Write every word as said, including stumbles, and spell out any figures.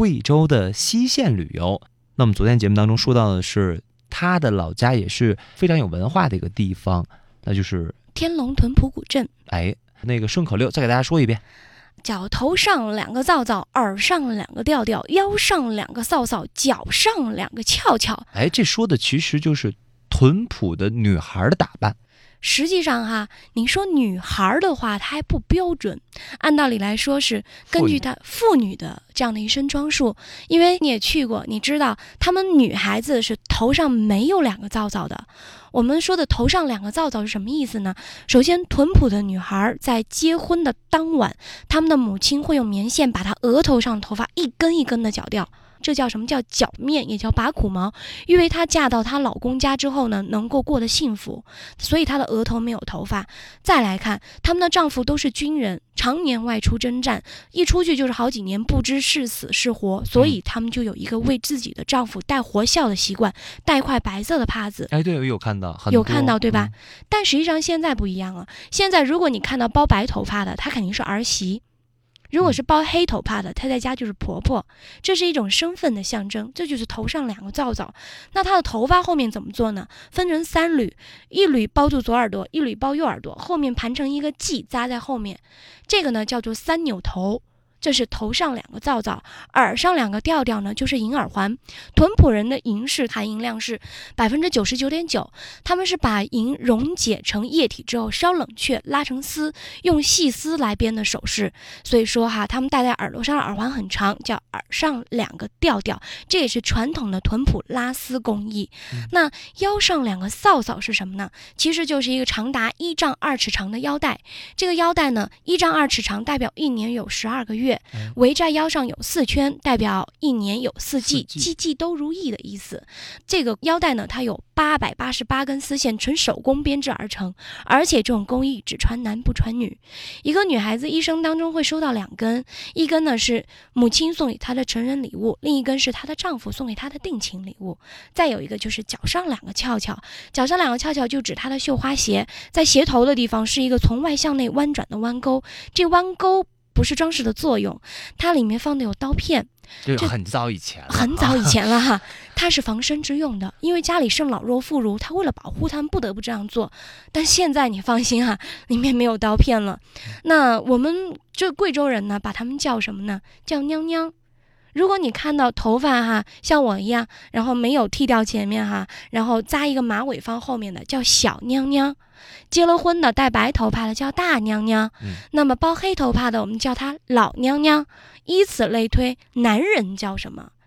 贵州的西县旅游。那我们昨天节目当中说到的是他的老家也是非常有文化的一个地方，那就是天龙屯埔古镇。 哎，那个顺口溜再给大家说一遍： 脚头上两个皂皂，耳上两个吊吊，腰上两个扫扫，脚上两个翘翘。 哎，这说的其实就是屯埔的女孩的打扮。 实际上哈，你说女孩的话，它还不标准。按道理来说是根据她妇女的这样的一身装束，因为你也去过，你知道她们女孩子是头上没有两个皂皂的。我们说的头上两个皂皂是什么意思呢？首先，屯埔的女孩在结婚的当晚，她们的母亲会用棉线把她额头上的头发一根一根的绞掉。这叫什么？叫绞面，也叫拔苦毛。因为她嫁到她老公家之后呢，能够过得幸福，所以她的额头没有头发。再来看，她们的丈夫都是军人，常年外出征战，一出去就是好几年，不知是死是活，所以她们就有一个为自己的丈夫带活孝的习惯，带一块白色的帕子。 哎，对，有看到，很多有看到对吧、 嗯？ 但实际上现在不一样了。现在如果你看到包白头发的，她肯定是儿媳。如果是包黑头发的，她在家就是婆婆，这是一种身份的象征，这就是头上两个皂皂。那她的头发后面怎么做呢？分成三缕，一缕包住左耳朵，一缕包右耳朵，后面盘成一个髻扎在后面，这个呢叫做三扭头。这是头上两个皂皂，耳上两个吊吊呢，就是银耳环。屯埔人的银饰含银量是百分之九十九点九，他们是把银溶解成液体之后烧冷却，拉成丝，用细丝来编的首饰。所以说哈，他们戴在耳朵上的耳环很长，叫耳上两个吊吊，这也是传统的屯埔拉丝工艺。嗯、那腰上两个扫扫是什么呢？其实就是一个长达一丈二尺长的腰带。这个腰带呢，一丈二尺长，代表一年有十二个月。围在腰上有四圈，代表一年有四季，季季都如意的意思。这个腰带呢，它有八百八十八根丝线，纯手工编制而成，而且这种工艺只传男不传女。一个女孩子一生当中会收到两根，一根呢是母亲送给她的成人礼物，另一根是她的丈夫送给她的定情礼物。再有一个就是脚上两个翘翘，脚上两个翘翘就指她的绣花鞋，在鞋头的地方是一个从外向内弯转的弯钩，这弯钩不是装饰的作用，它里面放的有刀片， 这很早以前了， 很早以前了哈，它是防身之用的，因为家里生老弱妇孺，他为了保护他们不得不这样做。但现在你放心哈，里面没有刀片了。那我们这贵州人呢，把他们叫什么呢？叫娘娘。如果你看到头发哈像我一样，然后没有剃掉前面哈，然后扎一个马尾放后面的，叫小娘娘。结了婚的带白头发的叫大娘娘、嗯、那么包黑头发的我们叫她老娘娘。以此类推，男人叫什么？